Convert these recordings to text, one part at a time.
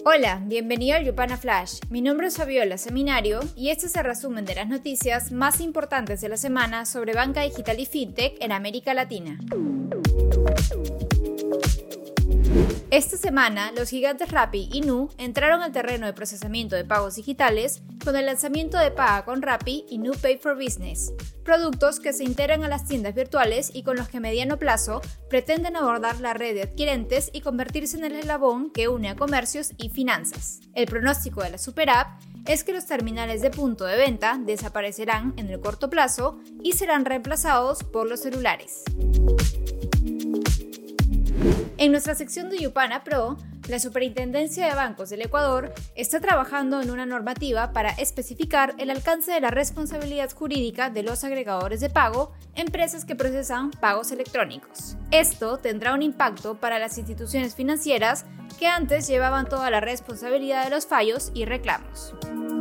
Hola, bienvenido al Yupana Flash. Mi nombre es Fabiola Seminario y este es el resumen de las noticias más importantes de la semana sobre banca digital y fintech en América Latina. Esta semana, los gigantes Rappi y Nu entraron al terreno de procesamiento de pagos digitales con el lanzamiento de Paga con Rappi y Nu Pay for Business, productos que se integran a las tiendas virtuales y con los que a mediano plazo pretenden abordar la red de adquirentes y convertirse en el eslabón que une a comercios y finanzas. El pronóstico de la superapp es que los terminales de punto de venta desaparecerán en el corto plazo y serán reemplazados por los celulares. En nuestra sección de Yupana Pro, la Superintendencia de Bancos del Ecuador está trabajando en una normativa para especificar el alcance de la responsabilidad jurídica de los agregadores de pago, empresas que procesan pagos electrónicos. Esto tendrá un impacto para las instituciones financieras que antes llevaban toda la responsabilidad de los fallos y reclamos.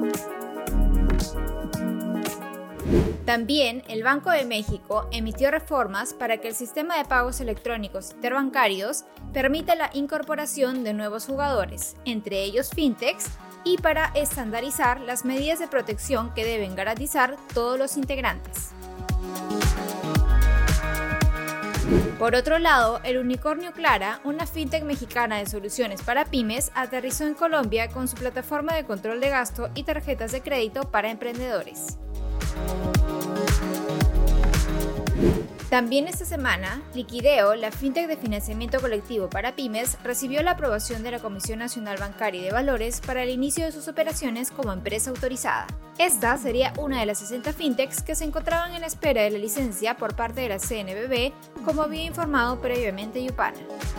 También, el Banco de México emitió reformas para que el sistema de pagos electrónicos interbancarios permita la incorporación de nuevos jugadores, entre ellos fintechs, y para estandarizar las medidas de protección que deben garantizar todos los integrantes. Por otro lado, el unicornio Clara, una fintech mexicana de soluciones para pymes, aterrizó en Colombia con su plataforma de control de gasto y tarjetas de crédito para emprendedores. También esta semana, Liquideo, la fintech de financiamiento colectivo para pymes, recibió la aprobación de la Comisión Nacional Bancaria y de Valores para el inicio de sus operaciones como empresa autorizada. Esta sería una de las 60 fintechs que se encontraban en espera de la licencia por parte de la CNBV, como había informado previamente Yupana.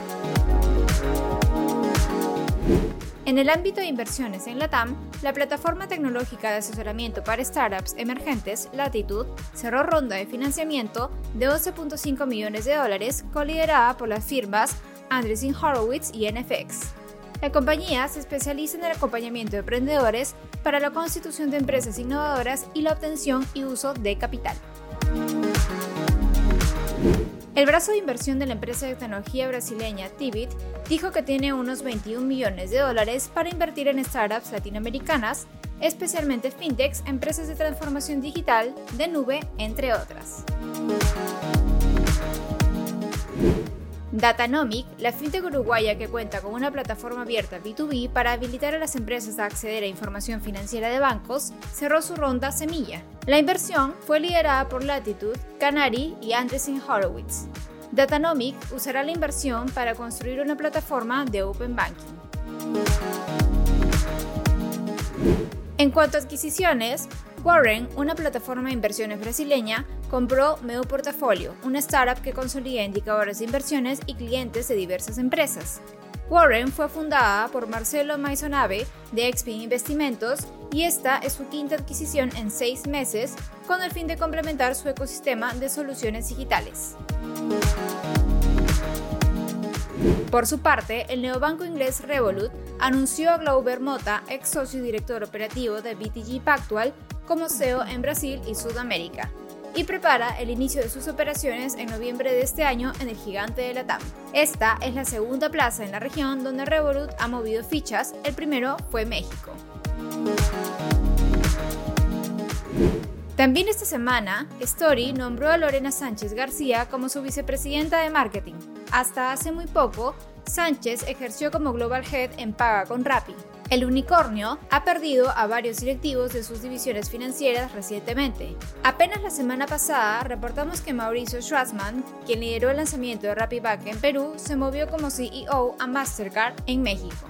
En el ámbito de inversiones en LATAM, la plataforma tecnológica de asesoramiento para startups emergentes, Latitude, cerró ronda de financiamiento de $11.5 millones, coliderada por las firmas Andreessen Horowitz y NFX. La compañía se especializa en el acompañamiento de emprendedores para la constitución de empresas innovadoras y la obtención y uso de capital. El brazo de inversión de la empresa de tecnología brasileña Tibit dijo que tiene unos $21 millones para invertir en startups latinoamericanas, especialmente fintechs, empresas de transformación digital, de nube, entre otras. Datanomic, la fintech uruguaya que cuenta con una plataforma abierta B2B para habilitar a las empresas a acceder a información financiera de bancos, cerró su ronda Semilla. La inversión fue liderada por Latitude, Canary y Andreessen Horowitz. Datanomic usará la inversión para construir una plataforma de Open Banking. En cuanto a adquisiciones, Warren, una plataforma de inversiones brasileña, compró Meu Portafolio, una startup que consolida indicadores de inversiones y clientes de diversas empresas. Warren fue fundada por Marcelo Maisonave de Expin Investimentos y esta es su quinta adquisición en 6 meses con el fin de complementar su ecosistema de soluciones digitales. Por su parte, el neobanco inglés Revolut anunció a Glauber Mota, ex socio y director operativo de BTG Pactual, como CEO en Brasil y Sudamérica, y prepara el inicio de sus operaciones en noviembre de este año en el gigante de LATAM. Esta es la segunda plaza en la región donde Revolut ha movido fichas, el primero fue México. También esta semana, Story nombró a Lorena Sánchez García como su vicepresidenta de marketing. Hasta hace muy poco, Sánchez ejerció como Global Head en Paga con Rappi. El unicornio ha perdido a varios directivos de sus divisiones financieras recientemente. Apenas la semana pasada reportamos que Mauricio Schwarzman, quien lideró el lanzamiento de RappiBank en Perú, se movió como CEO a Mastercard en México.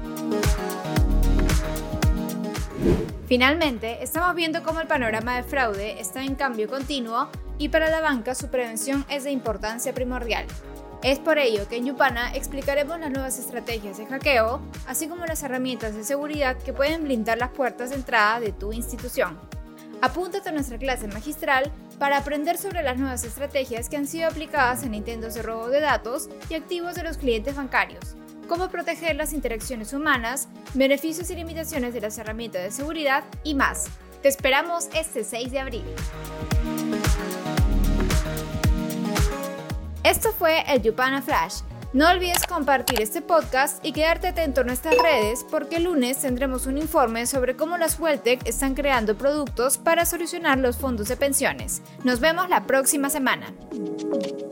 Finalmente, estamos viendo cómo el panorama de fraude está en cambio continuo y para la banca su prevención es de importancia primordial. Es por ello que en Yupana explicaremos las nuevas estrategias de hackeo, así como las herramientas de seguridad que pueden blindar las puertas de entrada de tu institución. Apúntate a nuestra clase magistral para aprender sobre las nuevas estrategias que han sido aplicadas en intentos de robo de datos y activos de los clientes bancarios, cómo proteger las interacciones humanas, beneficios y limitaciones de las herramientas de seguridad y más. Te esperamos este 6 de abril. Esto fue el Yupana Flash. No olvides compartir este podcast y quedarte atento a nuestras redes porque el lunes tendremos un informe sobre cómo las Fueltec están creando productos para solucionar los fondos de pensiones. Nos vemos la próxima semana.